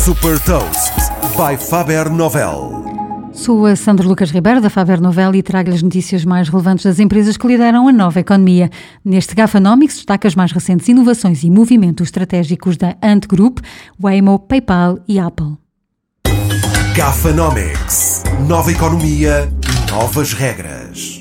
Super Toast by Faber Novel. Sou a Sandra Lucas Ribeiro, da Faber Novel, e trago-lhe as notícias mais relevantes das empresas que lideram a nova economia. Neste Gafanomics destaca as mais recentes inovações e movimentos estratégicos da Ant Group, Waymo, PayPal e Apple. Gafanomics. Nova economia, novas regras.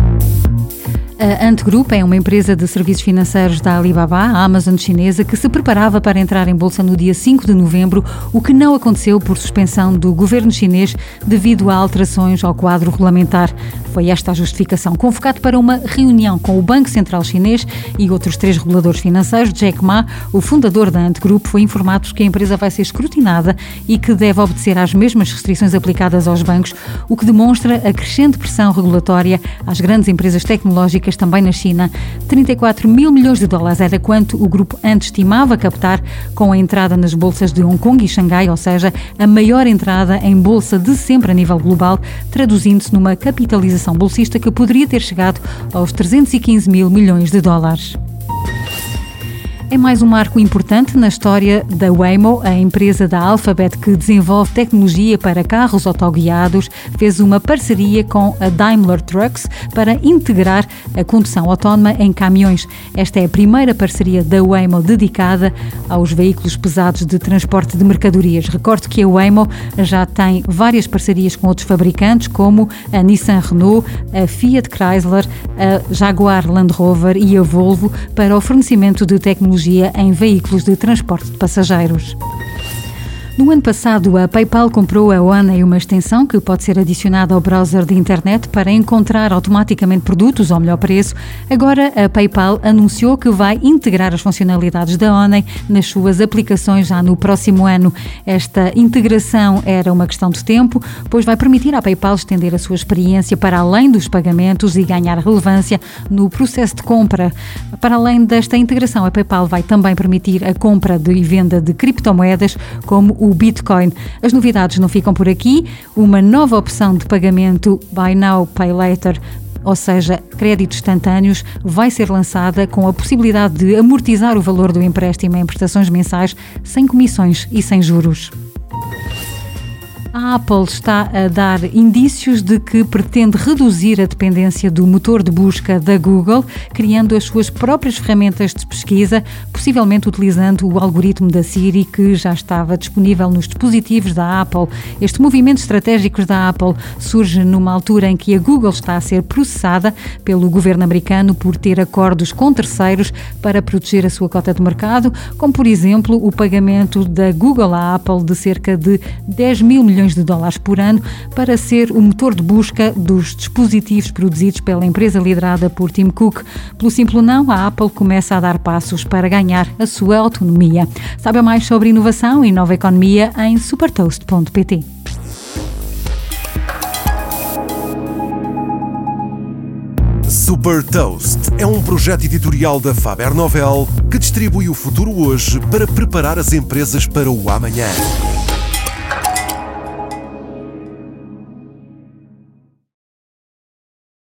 A Ant Group é uma empresa de serviços financeiros da Alibaba, a Amazon chinesa, que se preparava para entrar em bolsa no dia 5 de novembro, o que não aconteceu por suspensão do governo chinês devido a alterações ao quadro regulamentar. Foi esta a justificação. Convocado para uma reunião com o Banco Central Chinês e outros 3 reguladores financeiros, Jack Ma, o fundador da Ant Group, foi informado que a empresa vai ser escrutinada e que deve obedecer às mesmas restrições aplicadas aos bancos, o que demonstra a crescente pressão regulatória às grandes empresas tecnológicas também na China. 34 mil milhões de dólares era quanto o grupo Ant estimava captar com a entrada nas bolsas de Hong Kong e Xangai, ou seja, a maior entrada em bolsa de sempre a nível global, traduzindo-se numa capitalização bolsista que poderia ter chegado aos 315 mil milhões de dólares. É mais um marco importante na história da Waymo. A empresa da Alphabet que desenvolve tecnologia para carros autoguiados fez uma parceria com a Daimler Trucks para integrar a condução autónoma em caminhões. Esta é a primeira parceria da Waymo dedicada aos veículos pesados de transporte de mercadorias. Recordo que a Waymo já tem várias parcerias com outros fabricantes, como a Nissan Renault, a Fiat Chrysler, a Jaguar Land Rover e a Volvo, para o fornecimento de tecnologia em veículos de transporte de passageiros. No ano passado, a PayPal comprou a Honey, uma extensão que pode ser adicionada ao browser de internet para encontrar automaticamente produtos ao melhor preço. Agora, a PayPal anunciou que vai integrar as funcionalidades da Honey nas suas aplicações já no próximo ano. Esta integração era uma questão de tempo, pois vai permitir à PayPal estender a sua experiência para além dos pagamentos e ganhar relevância no processo de compra. Para além desta integração, a PayPal vai também permitir a compra e venda de criptomoedas, como o Bitcoin. As novidades não ficam por aqui. Uma nova opção de pagamento Buy Now, Pay Later, ou seja, créditos instantâneos, vai ser lançada com a possibilidade de amortizar o valor do empréstimo em prestações mensais sem comissões e sem juros. A Apple está a dar indícios de que pretende reduzir a dependência do motor de busca da Google, criando as suas próprias ferramentas de pesquisa, possivelmente utilizando o algoritmo da Siri, que já estava disponível nos dispositivos da Apple. Este movimento estratégico da Apple surge numa altura em que a Google está a ser processada pelo governo americano por ter acordos com terceiros para proteger a sua cota de mercado, como, por exemplo, o pagamento da Google à Apple de cerca de 10 mil milhões de dólares por ano para ser o motor de busca dos dispositivos produzidos pela empresa liderada por Tim Cook. Pelo simples não, a Apple começa a dar passos para ganhar a sua autonomia. Saiba mais sobre inovação e nova economia em supertoast.pt. Super Toast é um projeto editorial da Faber Novel que distribui o futuro hoje para preparar as empresas para o amanhã.